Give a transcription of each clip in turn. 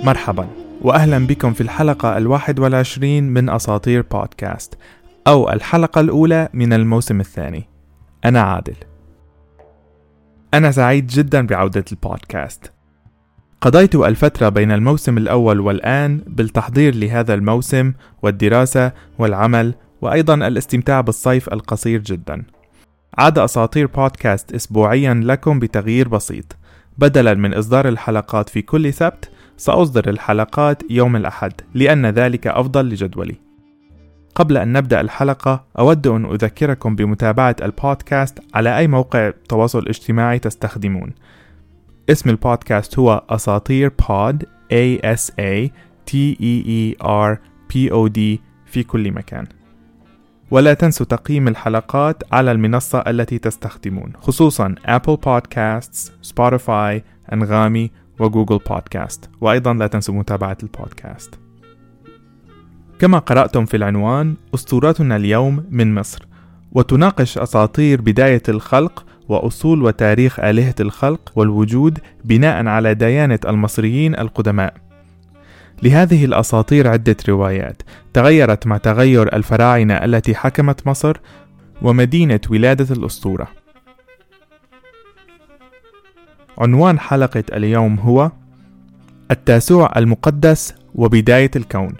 مرحبا وأهلا بكم في الحلقة 21 من أساطير بودكاست، أو الحلقة الأولى من الموسم الثاني. أنا عادل. أنا سعيد جدا بعودة البودكاست. قضيت الفترة بين الموسم الأول والآن بالتحضير لهذا الموسم والدراسة والعمل، وأيضا الاستمتاع بالصيف القصير جدا. عاد أساطير بودكاست أسبوعيا لكم بتغيير بسيط. بدلا من إصدار الحلقات في كل سبت، سأصدر الحلقات يوم الأحد، لأن ذلك أفضل لجدولي. قبل أن نبدأ الحلقة، أود أن أذكركم بمتابعة البودكاست على أي موقع تواصل اجتماعي تستخدمون. اسم البودكاست هو أساطير بود ASATEERPOD في كل مكان. ولا تنسوا تقييم الحلقات على المنصة التي تستخدمون، خصوصا أبل بودكاستس، سبوتيفاي، أنغامي وجوجل بودكاست. وأيضا لا تنسوا متابعة البودكاست. كما قرأتم في العنوان، أسطورتنا اليوم من مصر، وتناقش أساطير بداية الخلق وأصول وتاريخ آلهة الخلق والوجود بناء على ديانة المصريين القدماء. لهذه الأساطير عدة روايات تغيرت مع تغير الفراعنة التي حكمت مصر ومدينة ولادة الأسطورة. عنوان حلقة اليوم هو التاسوع المقدس وبداية الكون.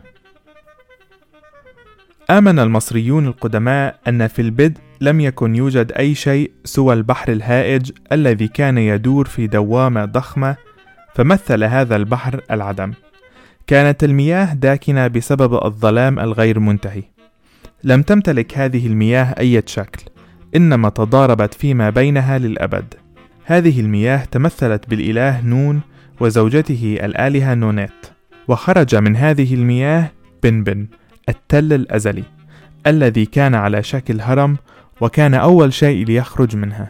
آمن المصريون القدماء أن في البدء لم يكن يوجد أي شيء سوى البحر الهائج الذي كان يدور في دوامة ضخمة، فمثل هذا البحر العدم. كانت المياه داكنة بسبب الظلام الغير منتهي. لم تمتلك هذه المياه أي شكل، إنما تضاربت فيما بينها للأبد. هذه المياه تمثلت بالإله نون وزوجته الآلهة نونيت، وخرج من هذه المياه بنبن التل الأزلي الذي كان على شكل هرم، وكان أول شيء ليخرج منها.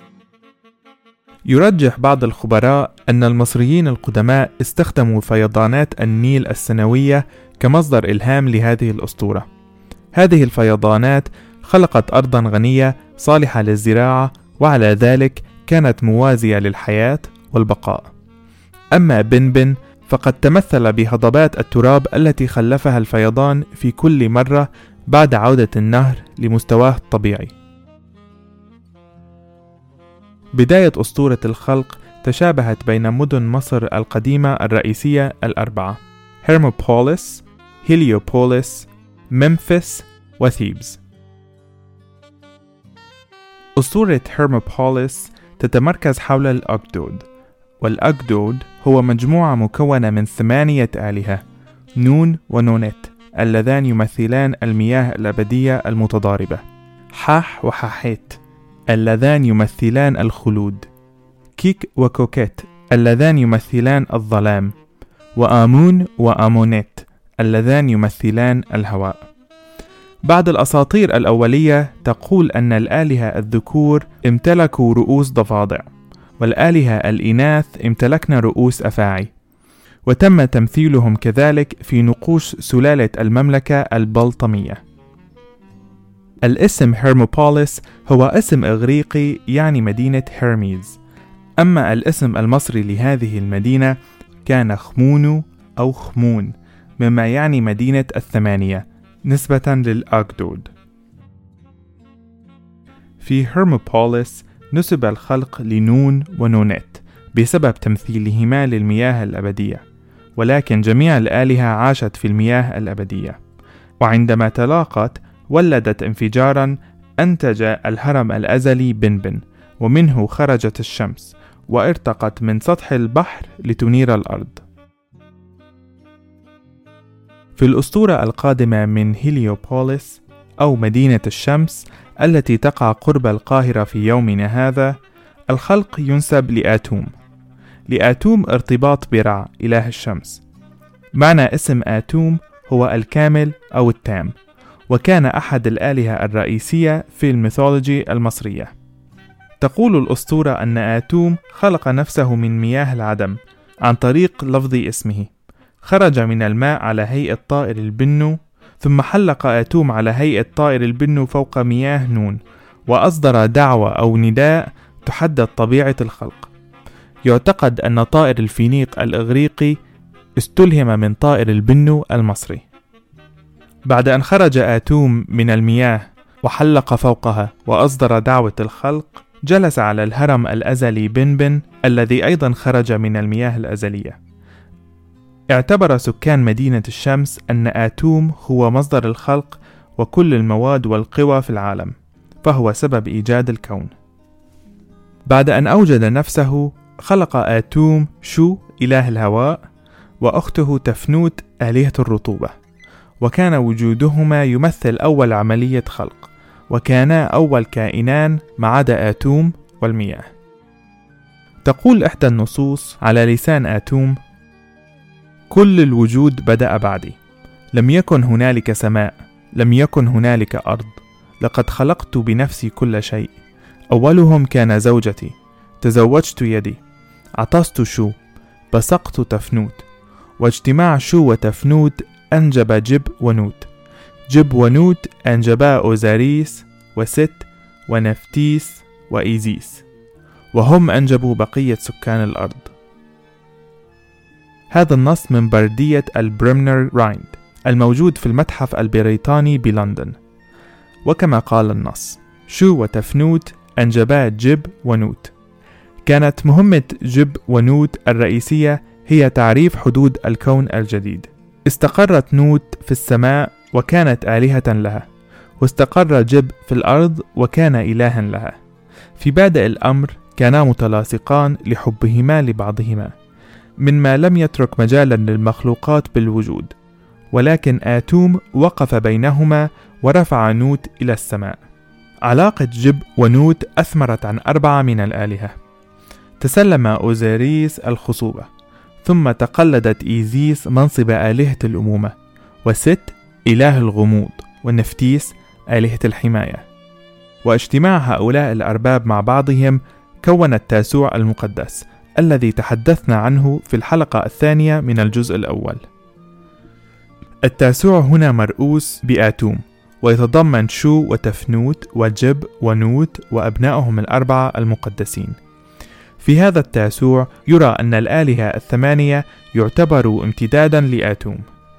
يرجح بعض الخبراء أن المصريين القدماء استخدموا فيضانات النيل السنوية كمصدر إلهام لهذه الأسطورة. هذه الفيضانات خلقت أرضا غنية صالحة للزراعة، وعلى ذلك كانت موازية للحياة والبقاء. أما بنبن فقد تمثل بهضبات التراب التي خلفها الفيضان في كل مرة بعد عودة النهر لمستواه الطبيعي. بداية أسطورة الخلق تشابهت بين مدن مصر القديمة الرئيسية الأربعة: هيرموبوليس، هيليوبوليس، ممفيس، وثيبس. أسطورة هيرموبوليس تتمركز حول الأكدود، والأكدود هو مجموعة مكونة من 8 آلهة: نون ونونت اللذان يمثلان المياه الأبدية المتضاربة، حاح وحاحيت اللذان يمثلان الخلود، كيك وكوكيت اللذان يمثلان الظلام، وآمون وآمونيت اللذان يمثلان الهواء. بعض الأساطير الأولية تقول أن الآلهة الذكور امتلكوا رؤوس ضفادع، والآلهة الإناث امتلكن رؤوس أفاعي، وتم تمثيلهم كذلك في نقوش سلالة المملكة البلطمية. الاسم هيرموبوليس هو اسم إغريقي يعني مدينة هيرميز، أما الاسم المصري لهذه المدينة كان خمونو أو خمون، مما يعني مدينة 8 نسبة للأكدود. في هيرموبوليس نسب الخلق لنون ونونت بسبب تمثيلهما للمياه الأبدية، ولكن جميع الآلهة عاشت في المياه الأبدية، وعندما تلاقت ولدت انفجارا أنتج الهرم الأزلي بنبن، ومنه خرجت الشمس وارتقت من سطح البحر لتنير الأرض. في الأسطورة القادمة من هيليوبوليس أو مدينة الشمس التي تقع قرب القاهرة في يومنا هذا، الخلق ينسب لآتوم. لآتوم ارتباط برع إله الشمس. معنى اسم آتوم هو الكامل أو التام، وكان أحد الآلهة الرئيسية في الميثولوجي المصرية. تقول الأسطورة أن آتوم خلق نفسه من مياه العدم عن طريق لفظ اسمه. خرج من الماء على هيئة طائر البنو، ثم حلق آتوم على هيئة طائر البنو فوق مياه نون، وأصدر دعوة أو نداء تحدد طبيعة الخلق. يعتقد أن طائر الفينيق الإغريقي استلهم من طائر البنو المصري. بعد أن خرج آتوم من المياه وحلق فوقها وأصدر دعوة الخلق، جلس على الهرم الأزلي بنبن الذي أيضا خرج من المياه الأزلية. اعتبر سكان مدينة الشمس أن آتوم هو مصدر الخلق وكل المواد والقوى في العالم، فهو سبب إيجاد الكون. بعد أن أوجد نفسه، خلق آتوم شو إله الهواء وأخته تفنوت آلهة الرطوبة، وكان وجودهما يمثل أول عملية خلق، وكانا أول كائنان ما عدا آتوم والمياه. تقول إحدى النصوص على لسان آتوم: كل الوجود بدأ بعدي، لم يكن هنالك سماء، لم يكن هنالك أرض، لقد خلقت بنفسي كل شيء، أولهم كان زوجتي، تزوجت يدي، عطست شو، بصقت تفنوت، واجتماع شو وتفنوت أنجب جب ونوت، جب ونوت أنجبا أوزاريس وست ونفتيس وإيزيس، وهم أنجبوا بقية سكان الأرض. هذا النص من بردية البريمنر رايند الموجود في المتحف البريطاني بلندن. وكما قال النص: شو وتفنوت أنجبا جب ونوت. كانت مهمة جب ونوت الرئيسية هي تعريف حدود الكون الجديد. استقرت نوت في السماء وكانت آلهة لها، واستقر جب في الأرض وكان إلها لها. في بادئ الأمر كانا متلاصقان لحبهما لبعضهما، مما لم يترك مجالا للمخلوقات بالوجود، ولكن آتوم وقف بينهما ورفع نوت إلى السماء. علاقة جب ونوت أثمرت عن 4 من الآلهة. تسلم أوزاريس الخصوبة، ثم تقلدت إيزيس منصب آلهة الأمومة، وست إله الغموض، والنفتيس آلهة الحماية. واجتماع هؤلاء الأرباب مع بعضهم كون التاسوع المقدس الذي تحدثنا عنه في الحلقة الثانية من الجزء الأول. التاسوع هنا مرؤوس بآتوم، ويتضمن شو وتفنوت وجب ونوت وأبنائهم 4 المقدسين. في هذا التاسوع يرى أن الآلهة 8 يعتبروا امتدادا لآتوم.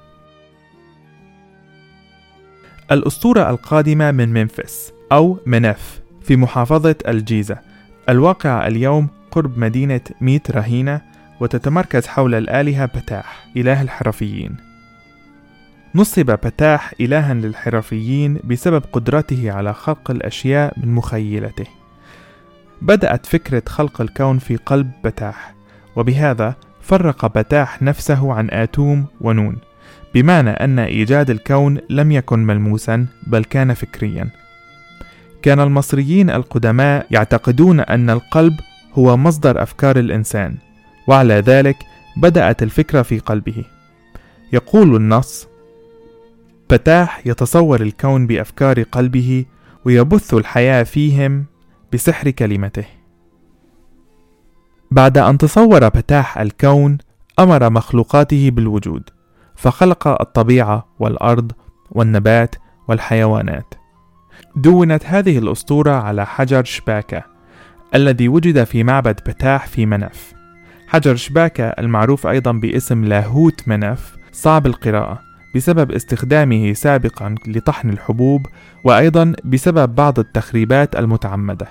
الأسطورة القادمة من منفس أو منف في محافظة الجيزة، الواقعة اليوم قرب مدينة ميت رهينة، وتتمركز حول الآلهة بتاح إله الحرفيين. نصب بتاح إلها للحرفيين بسبب قدرته على خلق الأشياء من مخيلته. بدأت فكرة خلق الكون في قلب بتاح، وبهذا فرق بتاح نفسه عن آتوم ونون، بمعنى أن إيجاد الكون لم يكن ملموسا بل كان فكريا. كان المصريين القدماء يعتقدون أن القلب هو مصدر أفكار الإنسان، وعلى ذلك بدأت الفكرة في قلبه. يقول النص: بتاح يتصور الكون بأفكار قلبه ويبث الحياة فيهم بسحر كلمته. بعد أن تصور بتاح الكون، أمر مخلوقاته بالوجود، فخلق الطبيعة والأرض والنبات والحيوانات. دونت هذه الأسطورة على حجر شباكة الذي وجد في معبد بتاح في منف. حجر شباكة المعروف أيضا باسم لاهوت منف صعب القراءة بسبب استخدامه سابقا لطحن الحبوب، وأيضا بسبب بعض التخريبات المتعمدة.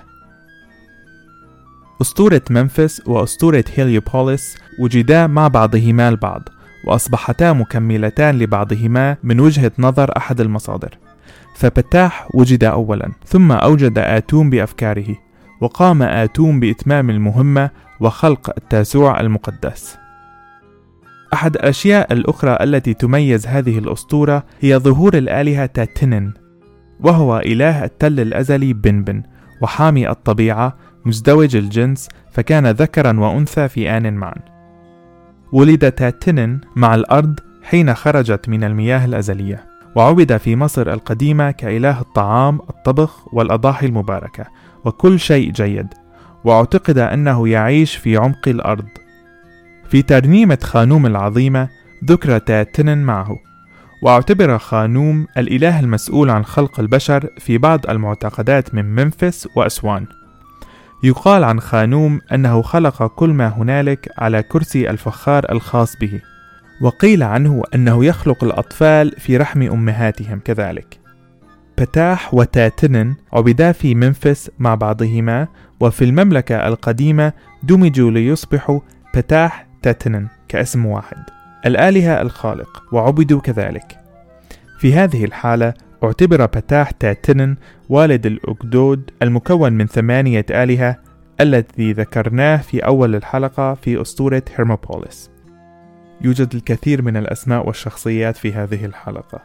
أسطورة منفس وأسطورة هيليوبوليس وجدا مع بعضهما البعض، وأصبحتا مكملتان لبعضهما من وجهة نظر أحد المصادر. فبتاح وجد أولا، ثم أوجد آتوم بأفكاره، وقام آتوم بإتمام المهمة وخلق التاسوع المقدس. أحد الأشياء الأخرى التي تميز هذه الأسطورة هي ظهور الآلهة تاتنن، وهو إله التل الأزلي بنبن، وحامي الطبيعة، مزدوج الجنس، فكان ذكرا وأنثى في آن معا. ولد تاتنن مع الأرض حين خرجت من المياه الأزلية، وعبد في مصر القديمة كإله الطعام، الطبخ والأضاحي المباركة وكل شيء جيد، واعتقد أنه يعيش في عمق الأرض. في ترنيمة خانوم العظيمة ذكر تاتنن معه، واعتبر خانوم الإله المسؤول عن خلق البشر في بعض المعتقدات من منفس وأسوان. يقال عن خانوم أنه خلق كل ما هنالك على كرسي الفخار الخاص به، وقيل عنه أنه يخلق الأطفال في رحم أمهاتهم كذلك. بتاح وتاتنن عبدا في منفس مع بعضهما، وفي المملكة القديمة دمجوا ليصبحوا بتاح تاتنن كاسم واحد، الآلهة الخالق، وعبدوا كذلك. في هذه الحالة اعتبر بتاح تاتنن والد الأكدود المكون من 8 آلهة الذي ذكرناه في أول الحلقة في أسطورة هيرموبوليس. يوجد الكثير من الأسماء والشخصيات في هذه الحلقة.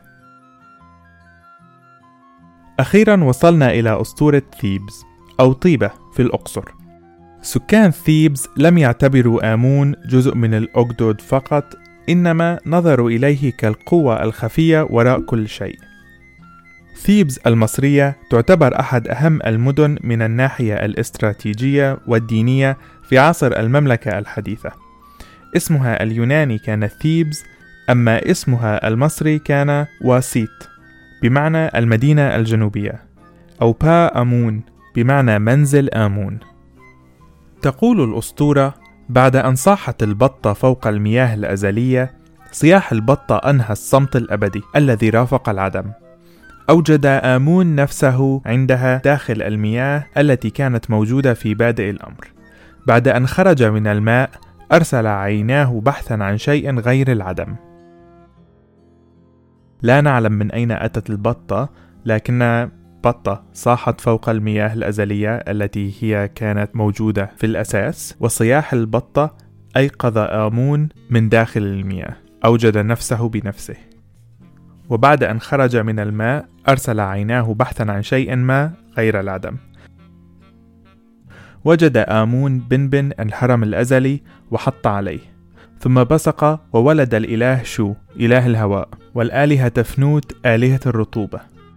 أخيرا وصلنا إلى أسطورة ثيبز أو طيبة في الأقصر. سكان ثيبز لم يعتبروا آمون جزء من الأكدود فقط، إنما نظروا إليه كالقوة الخفية وراء كل شيء. ثيبز المصرية تعتبر أحد أهم المدن من الناحية الاستراتيجية والدينية في عصر المملكة الحديثة. اسمها اليوناني كان ثيبز، أما اسمها المصري كان واسيت بمعنى المدينة الجنوبية، أو با آمون بمعنى منزل آمون. تقول الأسطورة: بعد أن صاحت البطة فوق المياه الأزلية، صياح البطة أنهى الصمت الأبدي الذي رافق العدم. أوجد آمون نفسه عندها داخل المياه التي كانت موجودة في بادئ الأمر. بعد أن خرج من الماء أرسل عيناه بحثا عن شيء غير العدم. لا نعلم من أين أتت البطة، لكن بطة صاحت فوق المياه الأزلية التي هي كانت موجودة في الأساس، وصياح البطة أيقظ آمون من داخل المياه، أوجد نفسه بنفسه. وبعد أن خرج من الماء أرسل عيناه بحثا عن شيء ما غير العدم. وجد آمون بنبن الهرم الأزلي وحط عليه، ثم بصق وولد الإله شو إله الهواء، والآلهة تفنوت آلهة الرطوبة.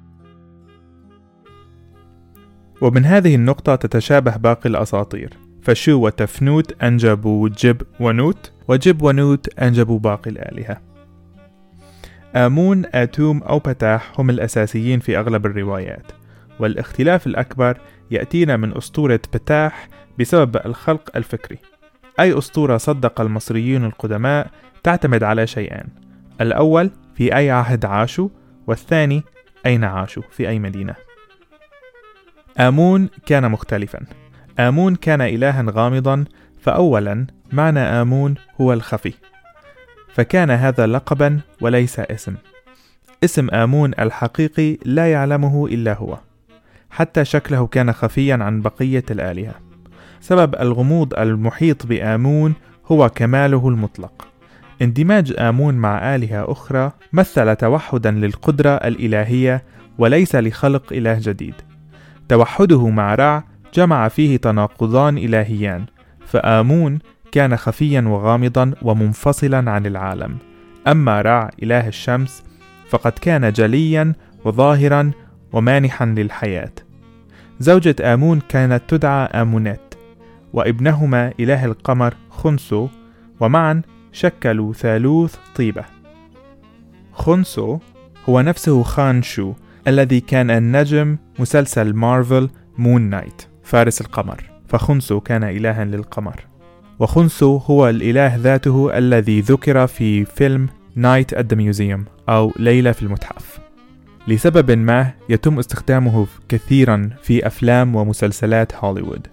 ومن هذه النقطة تتشابه باقي الأساطير، فشو وتفنوت أنجبوا جب ونوت، وجب ونوت أنجبوا باقي الآلهة. آمون، آتوم أو بتاح هم الأساسيين في أغلب الروايات، والاختلاف الأكبر يأتينا من أسطورة بتاح بسبب الخلق الفكري. أي أسطورة صدق المصريين القدماء تعتمد على شيئين: الأول في أي عهد عاشوا، والثاني أين عاشوا في أي مدينة. آمون كان مختلفا. آمون كان إلها غامضا، فأولا معنى آمون هو الخفي، فكان هذا لقبا وليس اسم. اسم آمون الحقيقي لا يعلمه إلا هو، حتى شكله كان خفيا عن بقية الآلهة. سبب الغموض المحيط بآمون هو كماله المطلق. اندماج آمون مع آلهة أخرى مثل توحدا للقدرة الإلهية وليس لخلق إله جديد. توحده مع رع جمع فيه تناقضان إلهيان، فآمون كان خفيا وغامضا ومنفصلا عن العالم، أما رع إله الشمس فقد كان جليا وظاهرا ومانحا للحياة. زوجة آمون كانت تدعى آمونات، وابنهما إله القمر خنسو، ومعا شكلوا ثالوث طيبة. خنسو هو نفسه خانشو الذي كان النجم مسلسل مارفل مون نايت فارس القمر، فخنسو كان إلها للقمر. وخنسو هو الإله ذاته الذي ذكر في فيلم نايت at the Museum أو ليلة في المتحف. لسبب ما يتم استخدامه كثيرا في أفلام ومسلسلات هوليوود.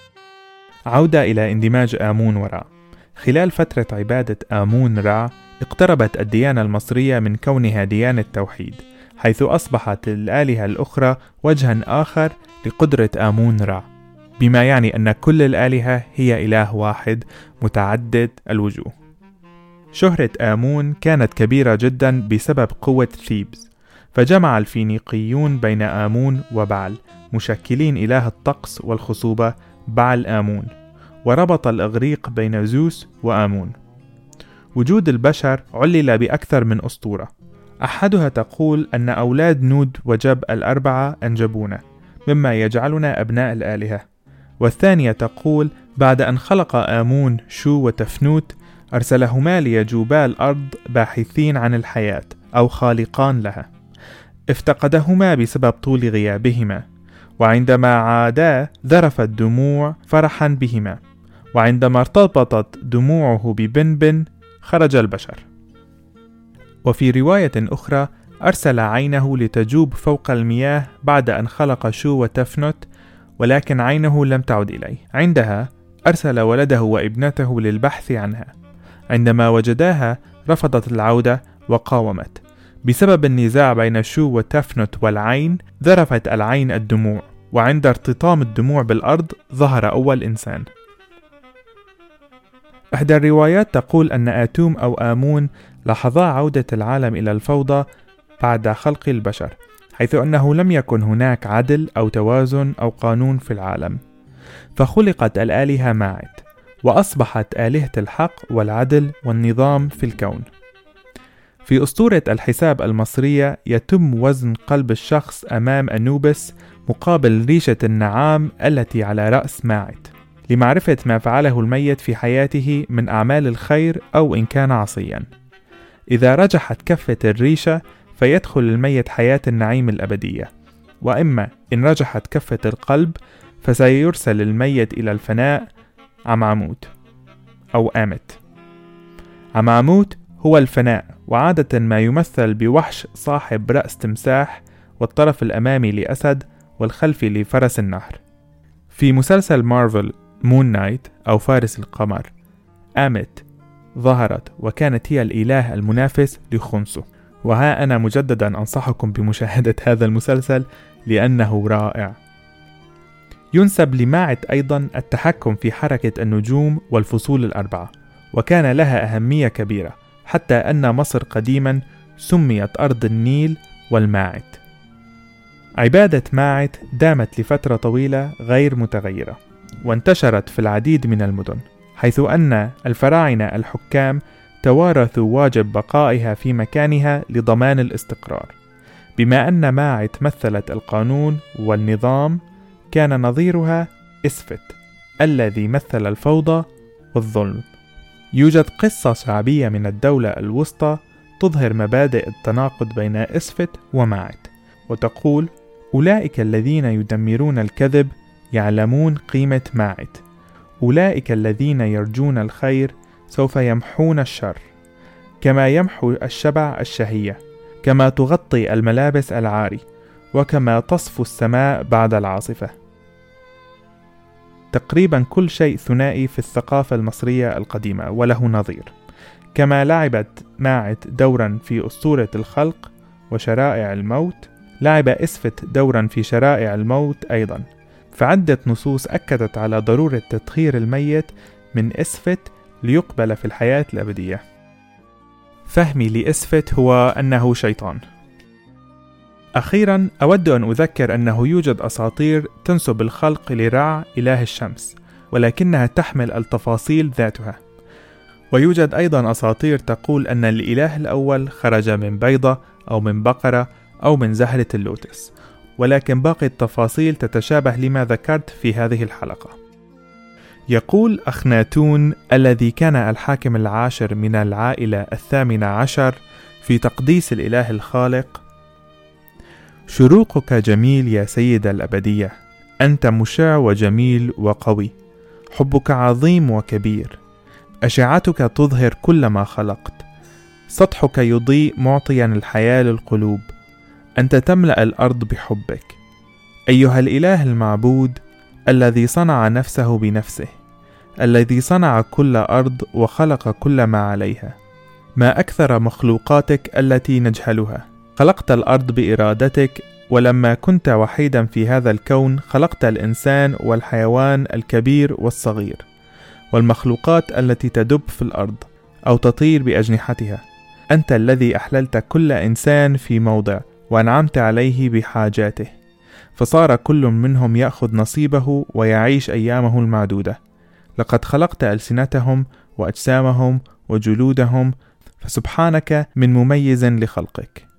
عودة إلى اندماج آمون ورع. خلال فترة عبادة آمون رع اقتربت الديانة المصرية من كونها ديانة توحيد، حيث أصبحت الآلهة الأخرى وجها آخر لقدرة آمون رع، بما يعني أن كل الآلهة هي إله واحد متعدد الوجوه. شهرة آمون كانت كبيرة جدا بسبب قوة ثيبز، فجمع الفينيقيون بين آمون وبعل مشكلين إله الطقس والخصوبة بعل آمون، وربط الإغريق بين زوس وآمون. وجود البشر علل بأكثر من أسطورة. أحدها تقول أن أولاد نود وجب الأربعة أنجبونا، مما يجعلنا أبناء الآلهة. والثانية تقول بعد أن خلق آمون شو وتفنوت أرسلهما ليجوبا الأرض باحثين عن الحياة أو خالقان لها، افتقدهما بسبب طول غيابهما، وعندما عادا ذرفت دموع فرحا بهما، وعندما ارتبطت دموعه ببنبن خرج البشر. وفي رواية أخرى أرسل عينه لتجوب فوق المياه بعد أن خلق شو وتفنت، ولكن عينه لم تعد إليه. عندها أرسل ولده وابنته للبحث عنها. عندما وجداها رفضت العودة وقاومت. بسبب النزاع بين شو وتفنت والعين ذرفت العين الدموع، وعند ارتطام الدموع بالأرض ظهر أول إنسان. إحدى الروايات تقول أن آتوم أو آمون لاحظا عودة العالم إلى الفوضى بعد خلق البشر، حيث أنه لم يكن هناك عدل أو توازن أو قانون في العالم، فخلقت الآلهة معا، وأصبحت آلهة الحق والعدل والنظام في الكون. في أسطورة الحساب المصرية يتم وزن قلب الشخص أمام أنوبس مقابل ريشة النعام التي على رأس ماعت، لمعرفة ما فعله الميت في حياته من أعمال الخير أو إن كان عصيا. إذا رجحت كفة الريشة فيدخل الميت حياة النعيم الأبدية، وإما إن رجحت كفة القلب فسيرسل الميت إلى الفناء عمعموت أو آمت. عمعموت هو الفناء، وعادة ما يمثل بوحش صاحب رأس تمساح والطرف الأمامي لأسد والخلفي لفرس النهر. في مسلسل مارفل مون نايت أو فارس القمر، آمت ظهرت وكانت هي الإله المنافس لخنسو. وها أنا مجددا أنصحكم بمشاهدة هذا المسلسل لأنه رائع. ينسب لماعت أيضا التحكم في حركة النجوم والفصول الأربعة، وكان لها أهمية كبيرة، حتى أن مصر قديما سميت أرض النيل والماعت. عبادة ماعت دامت لفترة طويلة غير متغيرة، وانتشرت في العديد من المدن، حيث أن الفراعنة الحكام توارثوا واجب بقائها في مكانها لضمان الاستقرار. بما أن ماعت مثلت القانون والنظام، كان نظيرها إسفت الذي مثل الفوضى والظلم. يوجد قصة شعبية من الدولة الوسطى تظهر مبادئ التناقض بين إسفت وماعت، وتقول: أولئك الذين يدمرون الكذب يعلمون قيمة ماعت، أولئك الذين يرجون الخير سوف يمحون الشر، كما يمحو الشبع الشهية، كما تغطي الملابس العاري، وكما تصفو السماء بعد العاصفة. تقريبا كل شيء ثنائي في الثقافة المصرية القديمة وله نظير. كما لعبت ماعت دورا في أسطورة الخلق وشرائع الموت، لعب إسفت دورا في شرائع الموت أيضا. فعدة نصوص أكدت على ضرورة تطهير الميت من إسفت ليقبل في الحياة الأبدية. فهمي لإسفت هو أنه شيطان. أخيرا أود أن أذكر أنه يوجد أساطير تنسب الخلق لرع إله الشمس، ولكنها تحمل التفاصيل ذاتها. ويوجد أيضا أساطير تقول أن الإله الأول خرج من بيضة أو من بقرة أو من زهرة اللوتس، ولكن باقي التفاصيل تتشابه لما ذكرت في هذه الحلقة. يقول أخناتون الذي كان الحاكم العاشر من العائلة 18 في تقديس الإله الخالق: شروقك جميل يا سيد الأبدية، أنت مشع وجميل وقوي، حبك عظيم وكبير، أشعتك تظهر كل ما خلقت، سطحك يضيء معطيا الحياة للقلوب، أنت تملأ الأرض بحبك. أيها الإله المعبود الذي صنع نفسه بنفسه، الذي صنع كل أرض وخلق كل ما عليها، ما أكثر مخلوقاتك التي نجهلها. خلقت الأرض بإرادتك، ولما كنت وحيدا في هذا الكون خلقت الإنسان والحيوان الكبير والصغير، والمخلوقات التي تدب في الأرض أو تطير بأجنحتها. أنت الذي أحللت كل إنسان في موضع وأنعمت عليه بحاجاته، فصار كل منهم يأخذ نصيبه ويعيش أيامه المعدودة. لقد خلقت ألسنتهم وأجسامهم وجلودهم، فسبحانك من مميز لخلقك.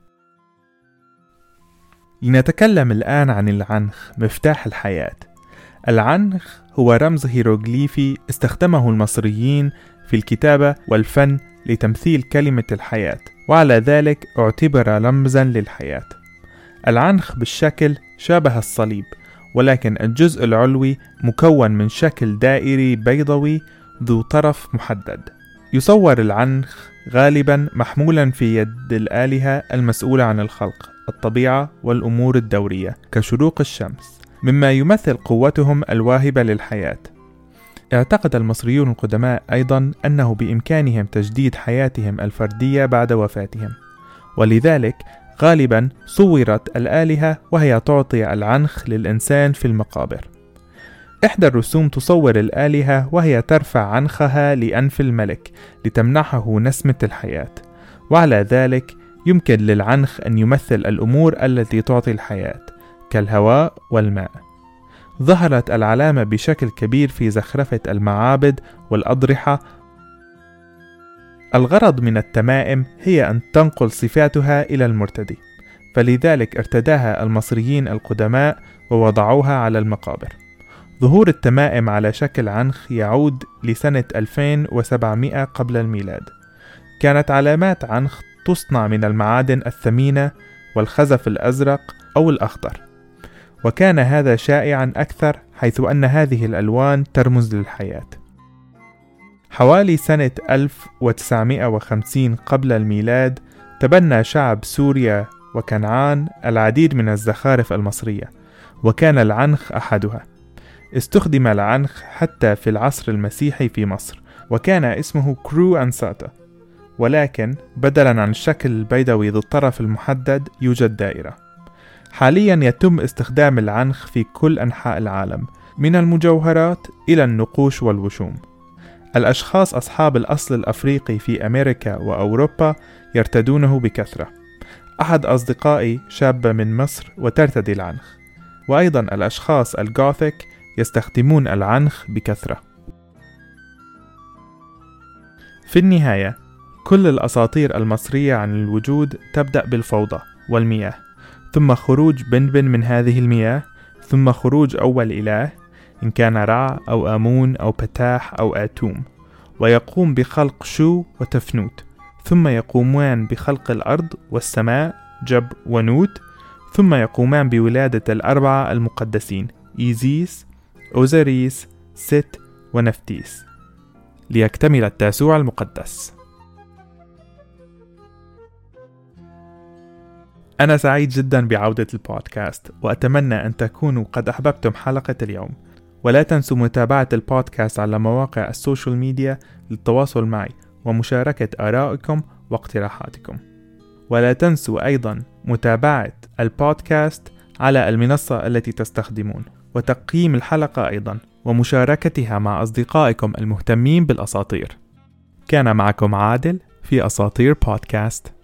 لنتكلم الآن عن العنخ، مفتاح الحياة. العنخ هو رمز هيروغليفي استخدمه المصريين في الكتابة والفن لتمثيل كلمة الحياة، وعلى ذلك اعتبر رمزا للحياة. العنخ بالشكل شابه الصليب، ولكن الجزء العلوي مكون من شكل دائري بيضوي ذو طرف محدد. يصور العنخ غالبا محمولا في يد الآلهة المسؤولة عن الخلق، الطبيعة والأمور الدورية كشروق الشمس، مما يمثل قوتهم الواهبة للحياة. اعتقد المصريون القدماء أيضا أنه بإمكانهم تجديد حياتهم الفردية بعد وفاتهم، ولذلك غالبا صورت الآلهة وهي تعطي العنخ للإنسان في المقابر. إحدى الرسوم تصور الآلهة وهي ترفع عنخها لأنف الملك لتمنحه نسمة الحياة، وعلى ذلك يمكن للعنخ أن يمثل الأمور التي تعطي الحياة كالهواء والماء. ظهرت العلامة بشكل كبير في زخرفة المعابد والأضرحة. الغرض من التمائم هي أن تنقل صفاتها إلى المرتدي، فلذلك ارتداها المصريين القدماء ووضعوها على المقابر. ظهور التمائم على شكل عنخ يعود لسنة 2700 قبل الميلاد. كانت علامات عنخ تصنع من المعادن الثمينة والخزف الأزرق أو الأخضر، وكان هذا شائعا أكثر حيث أن هذه الألوان ترمز للحياة. حوالي سنة 1950 قبل الميلاد تبنى شعب سوريا وكنعان العديد من الزخارف المصرية، وكان العنخ أحدها. استخدم العنخ حتى في العصر المسيحي في مصر، وكان اسمه كرو أنساتا، ولكن بدلا عن الشكل البيضاوي ذو الطرف المحدد يوجد دائرة. حاليا يتم استخدام العنخ في كل أنحاء العالم، من المجوهرات إلى النقوش والوشوم. الأشخاص أصحاب الأصل الأفريقي في أمريكا وأوروبا يرتدونه بكثرة. أحد أصدقائي شابة من مصر وترتدي العنخ، وأيضا الأشخاص الغوثيك يستخدمون العنخ بكثرة. في النهاية، كل الأساطير المصرية عن الوجود تبدأ بالفوضى والمياه، ثم خروج بنبن من هذه المياه، ثم خروج أول إله إن كان رع أو آمون أو بتاح أو آتوم، ويقوم بخلق شو وتفنوت، ثم يقومان بخلق الأرض والسماء جب ونوت، ثم يقومان بولادة الأربعة المقدسين إيزيس، أوزاريس، ست ونفتيس، ليكتمل التاسوع المقدس. أنا سعيد جدا بعودة البودكاست، وأتمنى أن تكونوا قد أحببتم حلقة اليوم. ولا تنسوا متابعة البودكاست على مواقع السوشيال ميديا للتواصل معي ومشاركة آرائكم واقتراحاتكم. ولا تنسوا أيضا متابعة البودكاست على المنصة التي تستخدمون، وتقييم الحلقة أيضا، ومشاركتها مع أصدقائكم المهتمين بالأساطير. كان معكم عادل في أساطير بودكاست.